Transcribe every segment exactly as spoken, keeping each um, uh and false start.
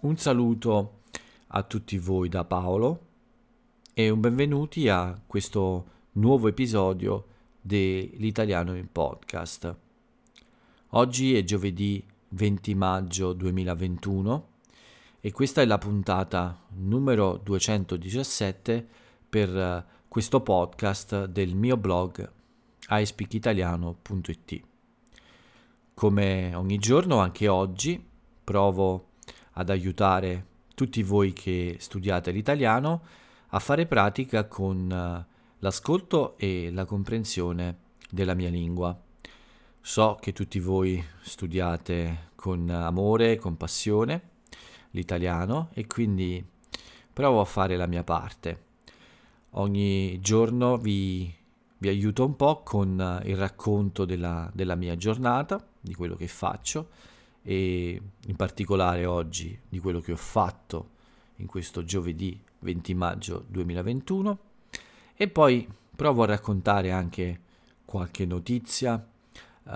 Un saluto a tutti voi da Paolo e un benvenuti a questo nuovo episodio dell'Italiano in Podcast. Oggi è giovedì venti maggio duemilaventuno e questa è la puntata numero duecentodiciassette per questo podcast del mio blog i speak italiano punto it. Come ogni giorno, anche oggi provo ad aiutare tutti voi che studiate l'italiano a fare pratica con l'ascolto e la comprensione della mia lingua. So che tutti voi studiate con amore e con passione l'italiano e quindi provo a fare la mia parte. Ogni giorno vi, vi aiuto un po' con il racconto della, della mia giornata, di quello che faccio e in particolare oggi di quello che ho fatto in questo giovedì venti maggio duemilaventuno, e poi provo a raccontare anche qualche notizia uh,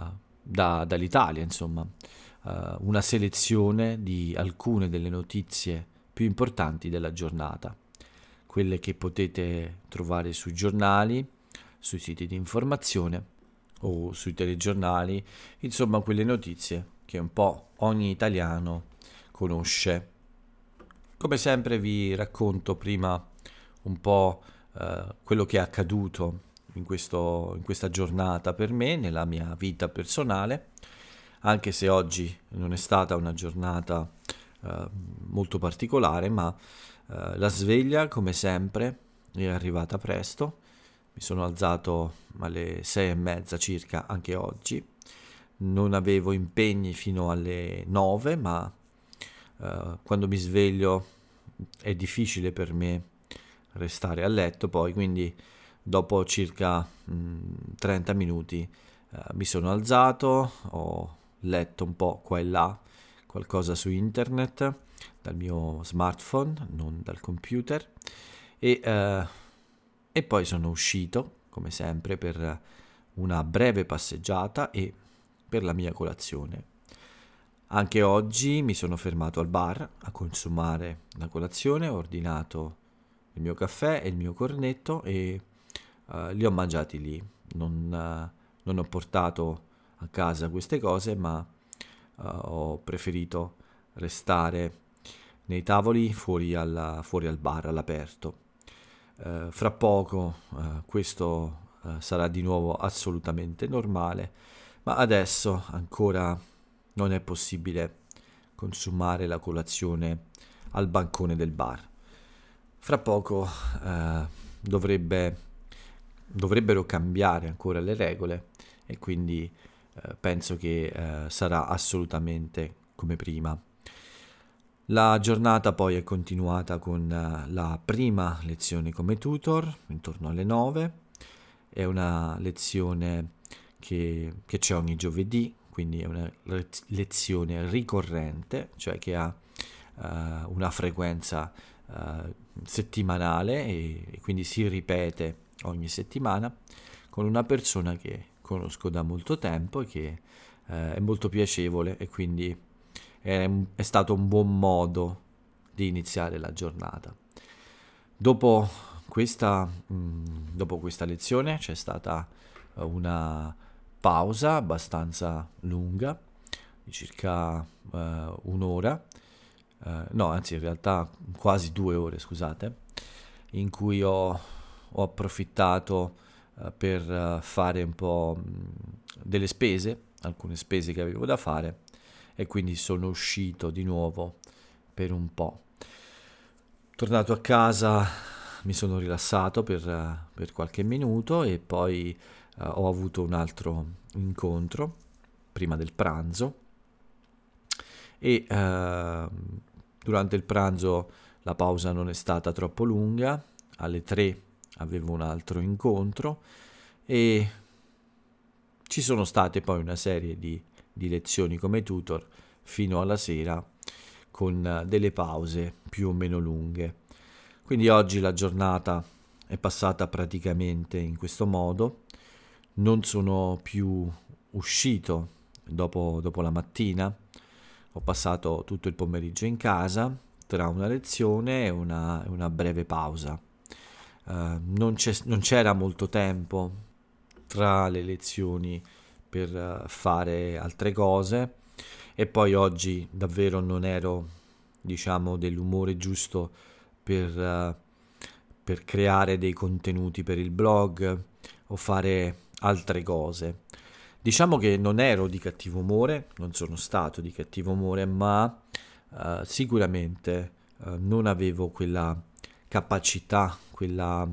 da, dall'Italia, insomma, uh, una selezione di alcune delle notizie più importanti della giornata, quelle che potete trovare sui giornali, sui siti di informazione o sui telegiornali, insomma quelle notizie che un po' ogni italiano conosce. Come sempre vi racconto prima un po' eh, quello che è accaduto in, questo, in questa giornata per me, nella mia vita personale, anche se oggi non è stata una giornata eh, molto particolare, ma eh, la sveglia, come sempre, è arrivata presto. Mi sono alzato alle sei e mezza circa anche oggi. Non avevo impegni fino alle nove, ma uh, quando mi sveglio è difficile per me restare a letto poi, quindi dopo circa mh, trenta minuti uh, mi sono alzato, ho letto un po' qua e là qualcosa su internet dal mio smartphone, non dal computer, e, uh, e poi sono uscito, come sempre, per una breve passeggiata e per la mia colazione. Anche oggi mi sono fermato al bar a consumare la colazione, ho ordinato il mio caffè e il mio cornetto e uh, li ho mangiati lì. Non, uh, non ho portato a casa queste cose, ma uh, ho preferito restare nei tavoli fuori, alla, fuori al bar, all'aperto. Uh, fra poco uh, questo uh, sarà di nuovo assolutamente normale, ma adesso ancora non è possibile consumare la colazione al bancone del bar. Fra poco eh, dovrebbe, dovrebbero cambiare ancora le regole e quindi eh, penso che eh, sarà assolutamente come prima. La giornata poi è continuata con uh, la prima lezione come tutor, intorno alle nove. È una lezione che, che c'è ogni giovedì, quindi è una lezione ricorrente, cioè che ha uh, una frequenza uh, settimanale e, e quindi si ripete ogni settimana con una persona che conosco da molto tempo e che uh, è molto piacevole, e quindi è, è stato un buon modo di iniziare la giornata. Dopo questa, mh, dopo questa lezione c'è stata uh, una pausa abbastanza lunga, di circa uh, un'ora, uh, no, anzi in realtà quasi due ore, scusate, in cui ho, ho approfittato uh, per uh, fare un po' mh, delle spese, alcune spese che avevo da fare, e quindi sono uscito di nuovo per un po'. Tornato a casa mi sono rilassato per, uh, per qualche minuto e poi Uh, ho avuto un altro incontro prima del pranzo e uh, durante il pranzo la pausa non è stata troppo lunga. Alle tre avevo un altro incontro e ci sono state poi una serie di, di lezioni come tutor fino alla sera, con uh, delle pause più o meno lunghe. Quindi oggi la giornata è passata praticamente in questo modo. Non sono più uscito dopo, dopo la mattina, Ho passato tutto il pomeriggio in casa tra una lezione e una, una breve pausa. Uh, non, c'è, non c'era molto tempo tra le lezioni per uh, fare altre cose, e poi oggi davvero non ero, diciamo, dell'umore giusto per, uh, per creare dei contenuti per il blog o fare altre cose. Diciamo che non ero di cattivo umore, non sono stato di cattivo umore, ma uh, sicuramente uh, non avevo quella capacità, quella,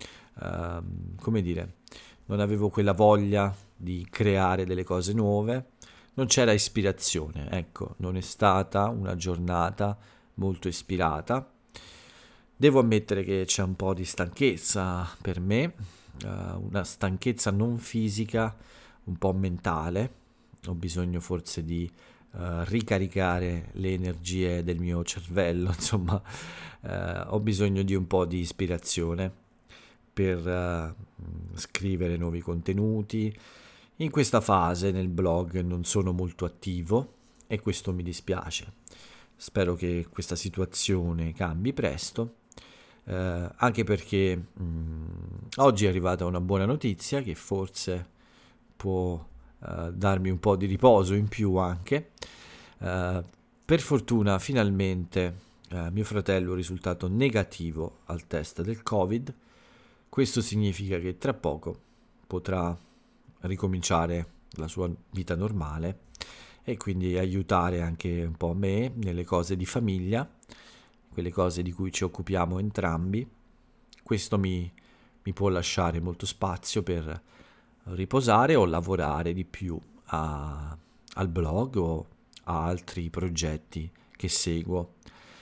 uh, come dire, non avevo quella voglia di creare delle cose nuove, non c'era ispirazione, ecco, non è stata una giornata molto ispirata. Devo ammettere che c'è un po' di stanchezza per me, uh, una stanchezza non fisica, un po' mentale. Ho bisogno forse di uh, ricaricare le energie del mio cervello, insomma, uh, ho bisogno di un po' di ispirazione per uh, scrivere nuovi contenuti. In questa fase nel blog non sono molto attivo e questo mi dispiace. Spero che questa situazione cambi presto. Uh, anche perché mh, oggi è arrivata una buona notizia che forse può uh, darmi un po' di riposo in più anche. Uh, per fortuna finalmente uh, mio fratello è risultato negativo al test del Covid. Questo significa che tra poco potrà ricominciare la sua vita normale e quindi aiutare anche un po' me nelle cose di famiglia, quelle cose di cui ci occupiamo entrambi. Questo mi, mi può lasciare molto spazio per riposare o lavorare di più a, al blog o a altri progetti che seguo.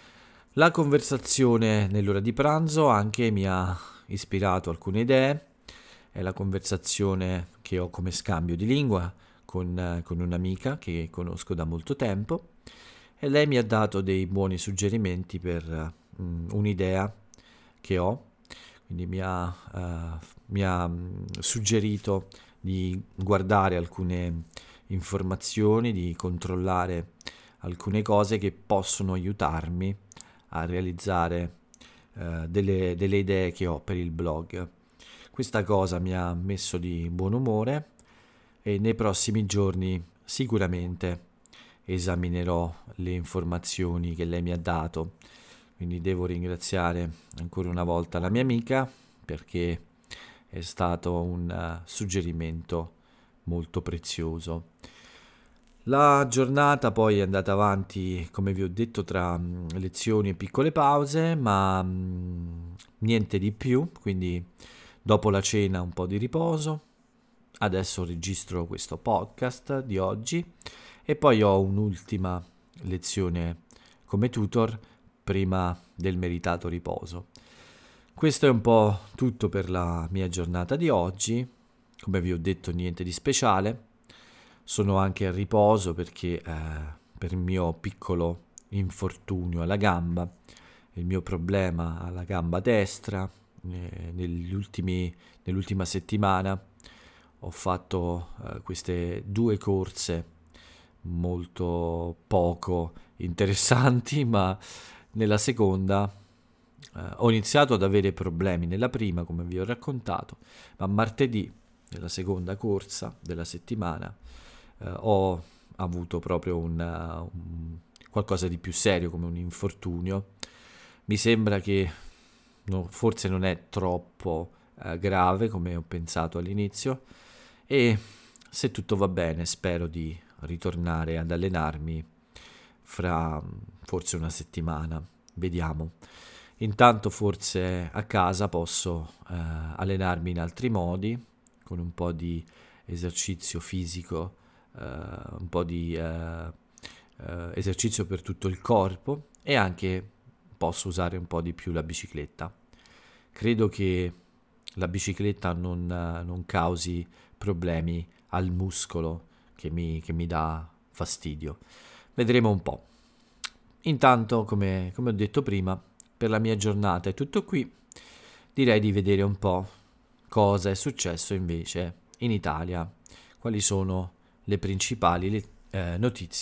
La conversazione nell'ora di pranzo anche mi ha ispirato alcune idee. È la conversazione che ho come scambio di lingua con, con un'amica che conosco da molto tempo, e lei mi ha dato dei buoni suggerimenti per um, un'idea che ho. Quindi mi ha, uh, mi ha um, suggerito di guardare alcune informazioni, di controllare alcune cose che possono aiutarmi a realizzare uh, delle, delle idee che ho per il blog. Questa cosa mi ha messo di buon umore e nei prossimi giorni sicuramente esaminerò le informazioni che lei mi ha dato. Quindi devo ringraziare ancora una volta la mia amica perché è stato un uh, suggerimento molto prezioso. La giornata poi è andata avanti, come vi ho detto, tra um, lezioni e piccole pause, ma um, niente di più. Quindi dopo la cena un po' di riposo. Adesso registro questo podcast di oggi e poi ho un'ultima lezione come tutor prima del meritato riposo. Questo è un po' tutto per la mia giornata di oggi. Come vi ho detto, niente di speciale. Sono anche a riposo perché eh, per il mio piccolo infortunio alla gamba, il mio problema alla gamba destra, eh, negli ultimi, nell'ultima settimana ho fatto eh, queste due corse molto poco interessanti, ma nella seconda eh, ho iniziato ad avere problemi nella prima, come vi ho raccontato, ma martedì, nella seconda corsa della settimana, eh, ho avuto proprio una, un, qualcosa di più serio, come un infortunio. Mi sembra che no, forse non è troppo eh, grave come ho pensato all'inizio, e se tutto va bene spero di ritornare ad allenarmi fra forse una settimana, vediamo. Intanto forse a casa posso eh, allenarmi in altri modi, con un po' di esercizio fisico, eh, un po' di eh, eh, esercizio per tutto il corpo, e anche posso usare un po' di più la bicicletta. Credo che la bicicletta non, non causi problemi al muscolo che mi, che mi dà fastidio. Vedremo un po'. Intanto, come, come ho detto prima, per la mia giornata è tutto qui. Direi di vedere un po' cosa è successo invece in Italia, quali sono le principali le, eh, notizie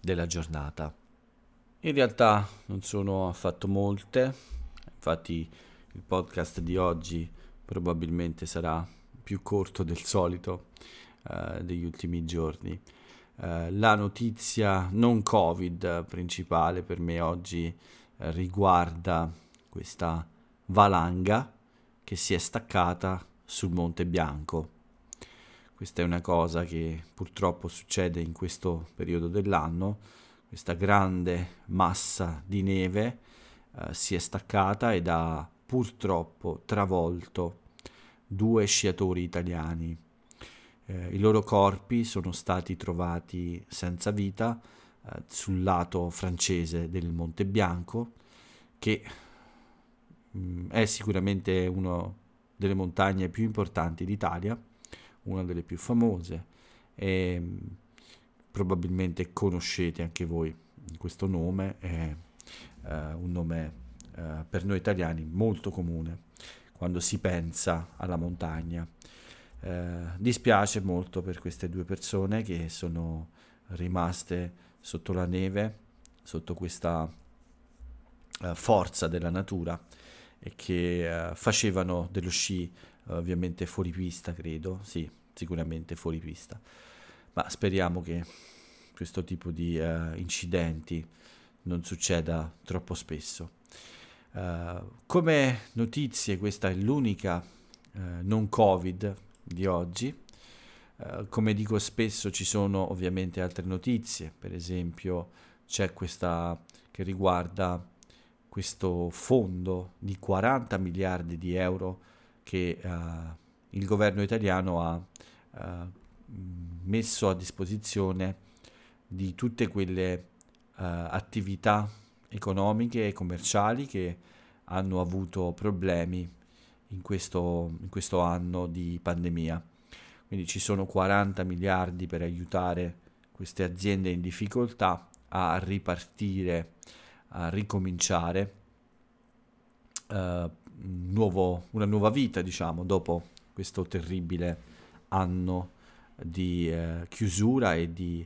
della giornata. In realtà non sono affatto molte, infatti il podcast di oggi probabilmente sarà più corto del solito eh, degli ultimi giorni. Eh, la notizia non Covid principale per me oggi eh, riguarda questa valanga che si è staccata sul Monte Bianco. Questa è una cosa che purtroppo succede in questo periodo dell'anno. Questa grande massa di neve eh, si è staccata ed ha purtroppo travolto due sciatori italiani. Eh, I loro corpi sono stati trovati senza vita eh, sul lato francese del Monte Bianco, che mh, è sicuramente una delle montagne più importanti d'Italia, una delle più famose, e mh, probabilmente conoscete anche voi questo nome, è uh, un nome uh, per noi italiani molto comune quando si pensa alla montagna. Uh, dispiace molto per queste due persone che sono rimaste sotto la neve, sotto questa uh, forza della natura e che uh, facevano dello sci uh, ovviamente fuori pista, credo, sì, sicuramente fuori pista. Ma speriamo che questo tipo di uh, incidenti non succeda troppo spesso. Uh, come notizie, questa è l'unica uh, non Covid di oggi. Uh, come dico spesso, ci sono ovviamente altre notizie. Per esempio c'è questa che riguarda questo fondo di quaranta miliardi di euro che uh, il governo italiano ha uh, messo a disposizione di tutte quelle uh, attività economiche e commerciali che hanno avuto problemi in questo, in questo anno di pandemia. Quindi ci sono quaranta miliardi per aiutare queste aziende in difficoltà a ripartire, a ricominciare uh, un nuovo, una nuova vita, diciamo, dopo questo terribile anno di uh, chiusura e di,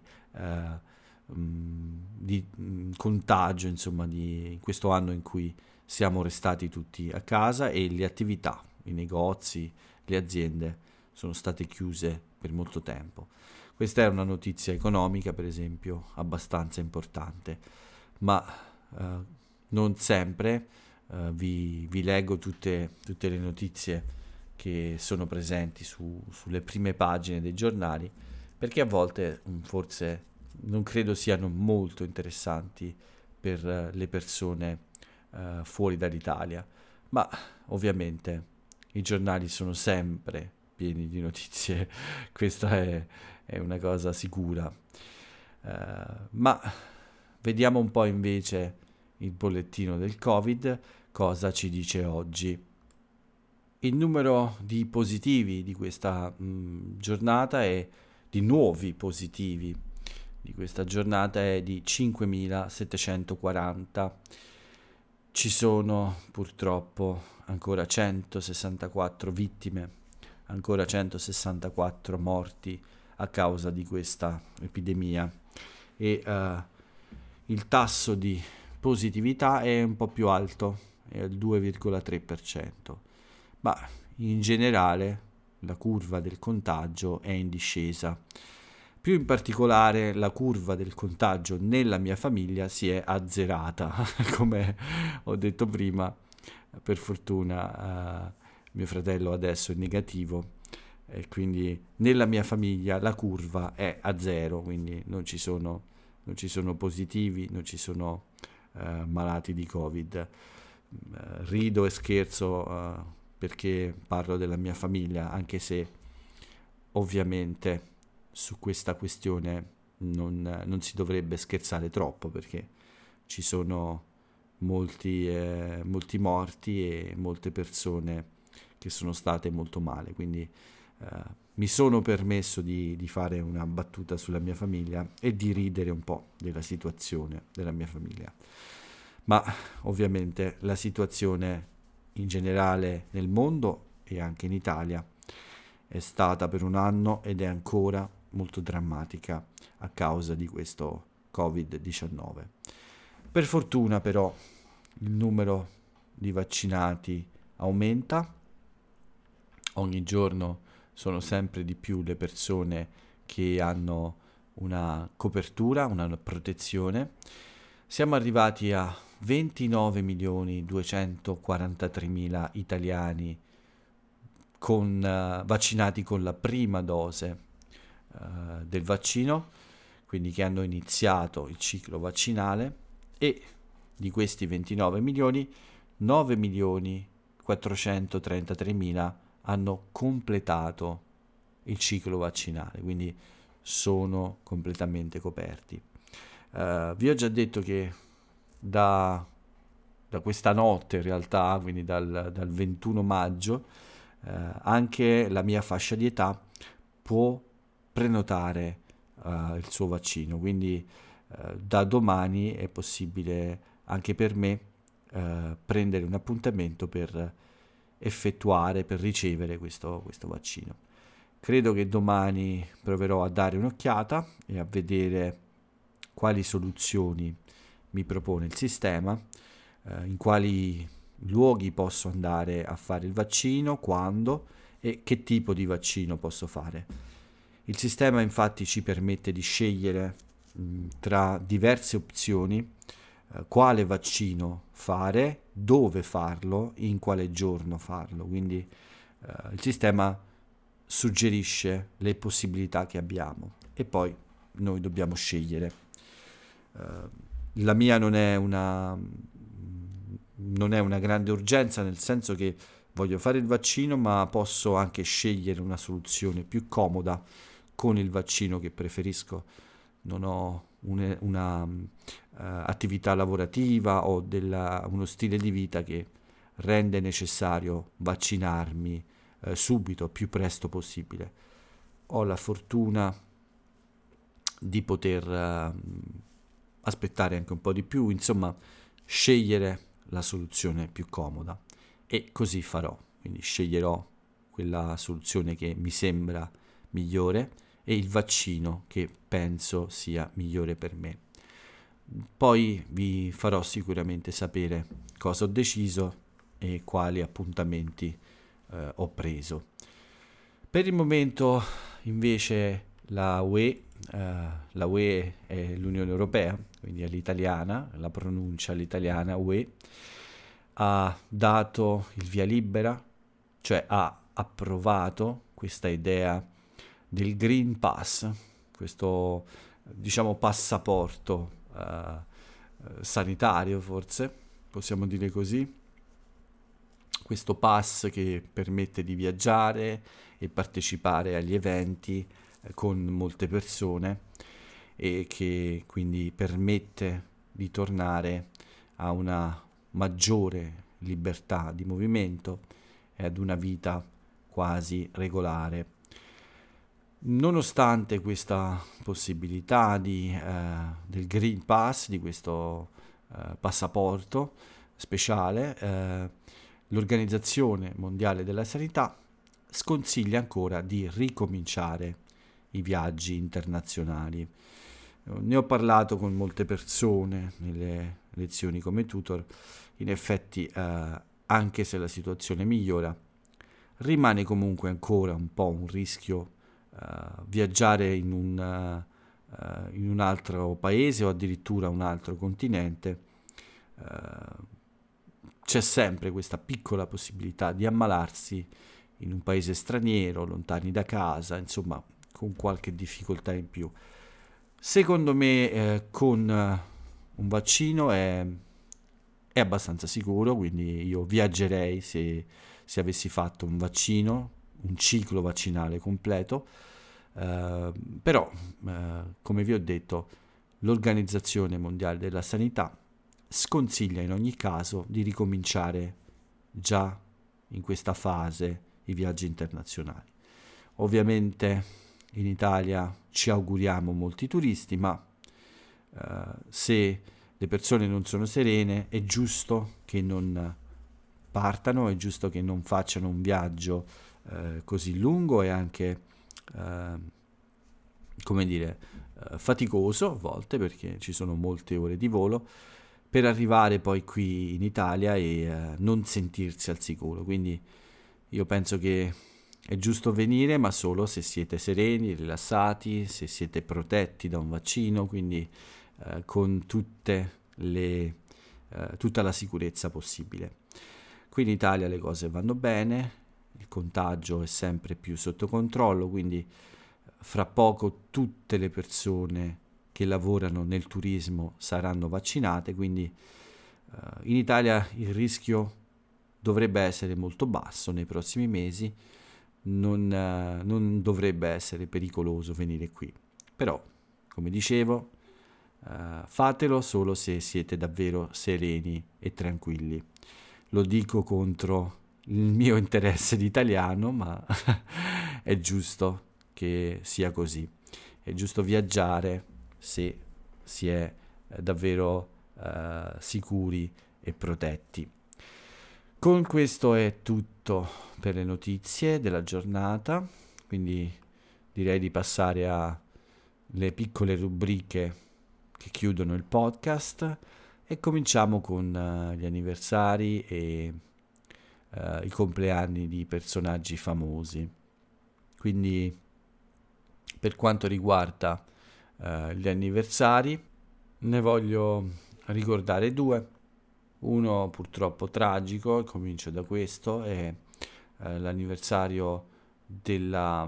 uh, mh, di mh, contagio, insomma, di questo anno in cui siamo restati tutti a casa e le attività, i negozi, le aziende sono state chiuse per molto tempo. Questa è una notizia economica, per esempio, abbastanza importante, ma uh, non sempre uh, vi, vi leggo tutte, tutte le notizie che sono presenti su, sulle prime pagine dei giornali, perché a volte mh, forse non credo siano molto interessanti per uh, le persone uh, fuori dall'Italia, ma ovviamente i giornali sono sempre pieni di notizie, questa è, è una cosa sicura. Uh, ma vediamo un po' invece il bollettino del Covid, cosa ci dice oggi. Il numero di positivi di questa mh, giornata è di nuovi positivi di questa giornata è di cinquemilasettecentoquaranta. Ci sono purtroppo ancora centosessantaquattro vittime, ancora centosessantaquattro morti a causa di questa epidemia e uh, il tasso di positività è un po' più alto, è al due virgola tre per cento. Ma in generale la curva del contagio è in discesa. Più in particolare la curva del contagio nella mia famiglia si è azzerata, come ho detto prima, per fortuna uh, mio fratello adesso è negativo e quindi nella mia famiglia la curva è a zero, quindi non ci sono, non ci sono positivi, non ci sono uh, malati di Covid. Uh, rido e scherzo uh, perché parlo della mia famiglia, anche se ovviamente su questa questione non, non si dovrebbe scherzare troppo, perché ci sono molti, eh, molti morti e molte persone che sono state molto male, quindi eh, mi sono permesso di, di fare una battuta sulla mia famiglia e di ridere un po' della situazione della mia famiglia. Ma ovviamente la situazione in generale nel mondo e anche in Italia è stata per un anno ed è ancora molto drammatica a causa di questo covid diciannove. Per fortuna però il numero di vaccinati aumenta, ogni giorno sono sempre di più le persone che hanno una copertura, una protezione. Siamo arrivati a ventinove milioni duecentoquarantatremila italiani con, uh, vaccinati con la prima dose uh, del vaccino, quindi che hanno iniziato il ciclo vaccinale, e di questi ventinove milioni, nove milioni quattrocentotrentatremila hanno completato il ciclo vaccinale, quindi sono completamente coperti. Uh, vi ho già detto che da, da questa notte, in realtà, quindi dal, dal ventuno maggio, uh, anche la mia fascia di età può prenotare uh, il suo vaccino, quindi uh, da domani è possibile anche per me uh, prendere un appuntamento per effettuare, per ricevere questo, questo vaccino. Credo che domani proverò a dare un'occhiata e a vedere quali soluzioni mi propone il sistema, eh, in quali luoghi posso andare a fare il vaccino, quando e che tipo di vaccino posso fare. Il sistema infatti ci permette di scegliere mh, tra diverse opzioni eh, quale vaccino fare, dove farlo, in quale giorno farlo. Quindi eh, il sistema suggerisce le possibilità che abbiamo e poi noi dobbiamo scegliere. Uh, la mia non è una non è una grande urgenza, nel senso che voglio fare il vaccino, ma posso anche scegliere una soluzione più comoda con il vaccino che preferisco. Non ho une, una uh, attività lavorativa o della, uno stile di vita che rende necessario vaccinarmi uh, subito, più presto possibile. Ho la fortuna di poter uh, aspettare anche un po' di più, insomma, scegliere la soluzione più comoda, e così farò. Quindi sceglierò quella soluzione che mi sembra migliore e il vaccino che penso sia migliore per me. Poi vi farò sicuramente sapere cosa ho deciso e quali appuntamenti eh, ho preso. Per il momento invece la U E Uh, la U E è l'Unione Europea, quindi è l'italiana, la pronuncia l'italiana U E, ha dato il via libera, cioè ha approvato questa idea del Green Pass, questo diciamo passaporto uh, sanitario, forse possiamo dire così, questo pass che permette di viaggiare e partecipare agli eventi con molte persone e che quindi permette di tornare a una maggiore libertà di movimento e ad una vita quasi regolare. Nonostante questa possibilità di, eh, del Green Pass, di questo eh, passaporto speciale, eh, l'Organizzazione Mondiale della Sanità sconsiglia ancora di ricominciare i viaggi internazionali. Ne ho parlato con molte persone nelle lezioni come tutor. In effetti, eh, anche se la situazione migliora, rimane comunque ancora un po' un rischio eh, viaggiare in un, uh, in un altro paese o addirittura un altro continente. Uh, c'è sempre questa piccola possibilità di ammalarsi in un paese straniero, lontani da casa, insomma, con qualche difficoltà in più. Secondo me eh, con uh, un vaccino è, è abbastanza sicuro, quindi io viaggerei se, se avessi fatto un vaccino, un ciclo vaccinale completo, uh, però uh, come vi ho detto l'Organizzazione Mondiale della Sanità sconsiglia in ogni caso di ricominciare già in questa fase i viaggi internazionali. Ovviamente in Italia ci auguriamo molti turisti, ma eh, se le persone non sono serene è giusto che non partano, è giusto che non facciano un viaggio eh, così lungo e anche eh, come dire, eh, faticoso a volte perché ci sono molte ore di volo per arrivare poi qui in Italia e eh, non sentirsi al sicuro. Quindi io penso che è giusto venire, ma solo se siete sereni, rilassati, se siete protetti da un vaccino, quindi eh, con tutte le, eh, tutta la sicurezza possibile. Qui in Italia le cose vanno bene, il contagio è sempre più sotto controllo, quindi fra poco tutte le persone che lavorano nel turismo saranno vaccinate, quindi eh, in Italia il rischio dovrebbe essere molto basso nei prossimi mesi, non, eh, non dovrebbe essere pericoloso venire qui. Però, come dicevo, eh, fatelo solo se siete davvero sereni e tranquilli. Lo dico contro il mio interesse di italiano, ma è giusto che sia così. È giusto viaggiare se si è eh, davvero eh, sicuri e protetti. Con questo è tutto per le notizie della giornata, quindi direi di passare alle piccole rubriche che chiudono il podcast e cominciamo con uh, gli anniversari e uh, i compleanni di personaggi famosi. Quindi per quanto riguarda uh, gli anniversari ne voglio ricordare due. Uno purtroppo tragico, comincio da questo, è uh, l'anniversario della,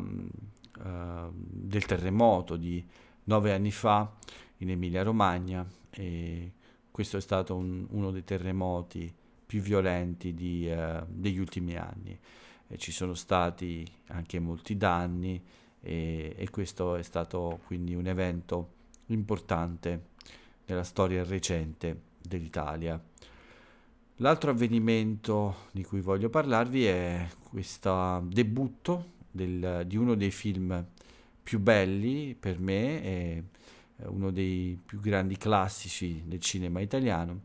uh, del terremoto di nove anni fa in Emilia-Romagna, e questo è stato un, uno dei terremoti più violenti di, uh, degli ultimi anni. E ci sono stati anche molti danni e, e questo è stato quindi un evento importante nella storia recente dell'Italia. L'altro avvenimento di cui voglio parlarvi è questo debutto del, di uno dei film più belli per me, è uno dei più grandi classici del cinema italiano,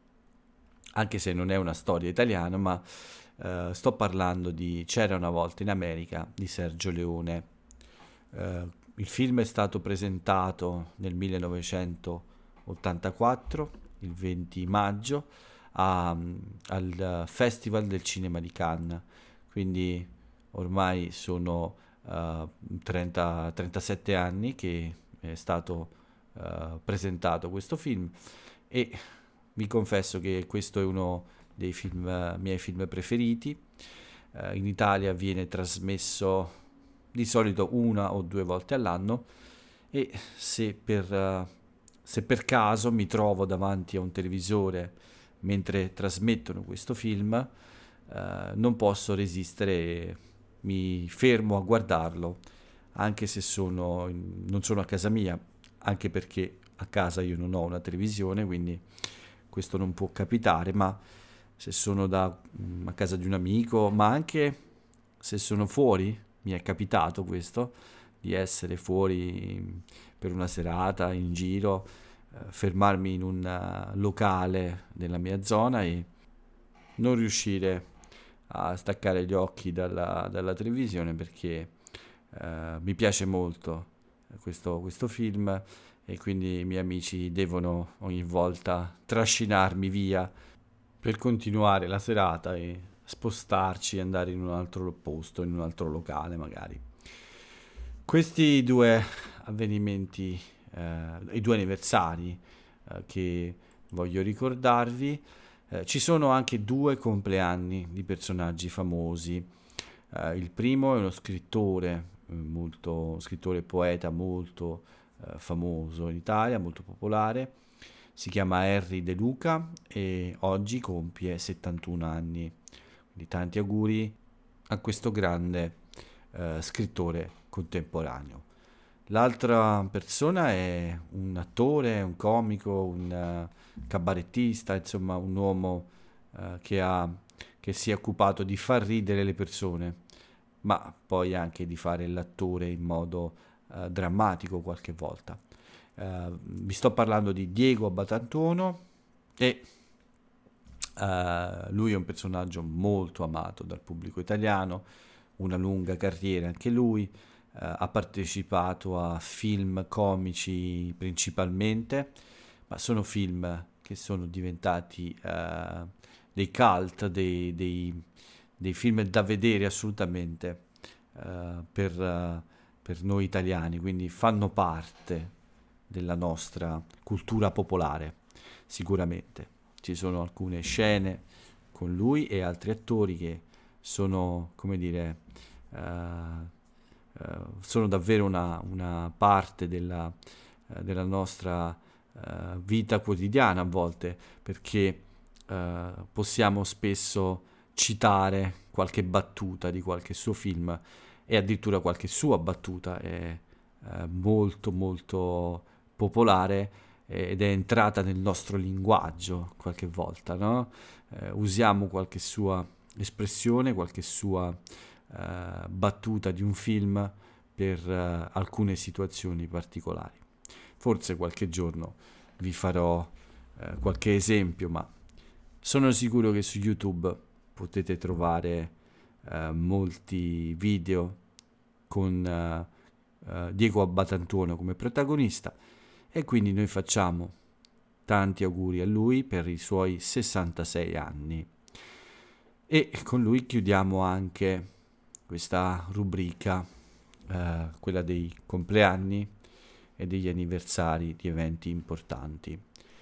anche se non è una storia italiana, ma uh, sto parlando di C'era una volta in America di Sergio Leone. Uh, il film è stato presentato nel millenovecentottantaquattro, il venti maggio, a, al Festival del Cinema di Cannes, quindi ormai sono uh, trenta, trentasette anni che è stato uh, presentato questo film e vi confesso che questo è uno dei film, uh, miei film preferiti. Uh, in Italia viene trasmesso di solito una o due volte all'anno e se per, uh, se per caso mi trovo davanti a un televisore mentre trasmettono questo film, uh, non posso resistere e mi fermo a guardarlo, anche se sono in, non sono a casa mia, anche perché a casa io non ho una televisione, quindi questo non può capitare, ma se sono da, a casa di un amico, ma anche se sono fuori, mi è capitato questo, di essere fuori per una serata, in giro, fermarmi in un locale della mia zona e non riuscire a staccare gli occhi dalla, dalla televisione perché eh, mi piace molto questo, questo film e quindi i miei amici devono ogni volta trascinarmi via per continuare la serata e spostarci e andare in un altro posto, in un altro locale magari. Questi due avvenimenti, eh, i due anniversari eh, che voglio ricordarvi, eh, ci sono anche due compleanni di personaggi famosi. Eh, il primo è uno scrittore, eh, molto, scrittore e poeta molto eh, famoso in Italia, molto popolare, si chiama Henry De Luca e oggi compie settantuno anni. Quindi tanti auguri a questo grande eh, scrittore contemporaneo. L'altra persona è un attore, un comico, un uh, cabarettista, insomma un uomo uh, che, ha, che si è occupato di far ridere le persone, ma poi anche di fare l'attore in modo uh, drammatico qualche volta. Uh, vi sto parlando di Diego Batantuono e uh, lui è un personaggio molto amato dal pubblico italiano, una lunga carriera anche lui. ha partecipato a film comici principalmente, ma sono film che sono diventati uh, dei cult, dei, dei, dei film da vedere assolutamente uh, per, uh, per noi italiani, quindi fanno parte della nostra cultura popolare, sicuramente. Ci sono alcune scene con lui e altri attori che sono, come dire, uh, uh, sono davvero una, una parte della, uh, della nostra uh, vita quotidiana a volte, perché uh, possiamo spesso citare qualche battuta di qualche suo film e addirittura qualche sua battuta è uh, molto molto popolare ed è entrata nel nostro linguaggio qualche volta, no? Eh, usiamo qualche sua espressione, qualche sua eh, battuta di un film per eh, alcune situazioni particolari. Forse qualche giorno vi farò eh, qualche esempio, ma sono sicuro che su YouTube potete trovare eh, molti video con eh, eh, Diego Abbatantuono come protagonista. E quindi noi facciamo tanti auguri a lui per i suoi sessantasei anni. E con lui chiudiamo anche questa rubrica, eh, quella dei compleanni e degli anniversari di eventi importanti.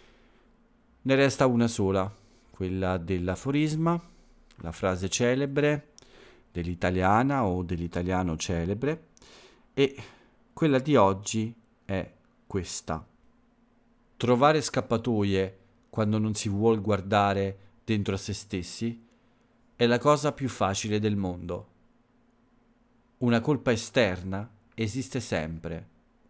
Ne resta una sola, quella dell'aforisma, la frase celebre dell'italiana o dell'italiano celebre, e quella di oggi è questa: trovare scappatoie quando non si vuol guardare dentro a se stessi è la cosa più facile del mondo. Una colpa esterna esiste sempre.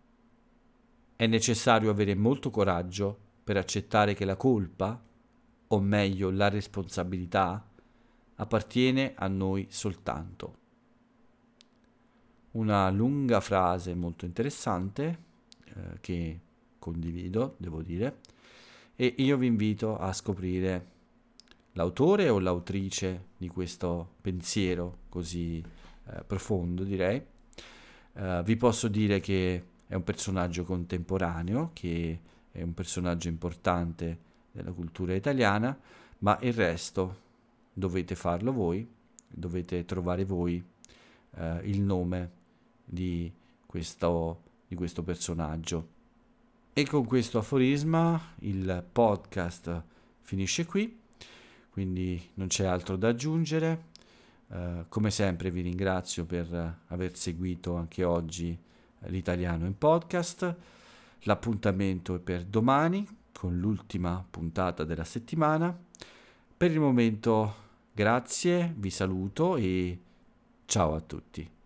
È necessario avere molto coraggio per accettare che la colpa, o meglio la responsabilità, appartiene a noi soltanto. Una lunga frase molto interessante eh, che condivido, devo dire, e io vi invito a scoprire l'autore o l'autrice di questo pensiero così eh, profondo, direi. Uh, vi posso dire che è un personaggio contemporaneo, che è un personaggio importante della cultura italiana, ma il resto dovete farlo voi, dovete trovare voi uh, il nome di questo, di questo personaggio. E con questo aforisma il podcast finisce qui, quindi non c'è altro da aggiungere. Uh, come sempre vi ringrazio per uh, aver seguito anche oggi uh, l'italiano in podcast. L'appuntamento è per domani con l'ultima puntata della settimana. Per il momento grazie, vi saluto e ciao a tutti.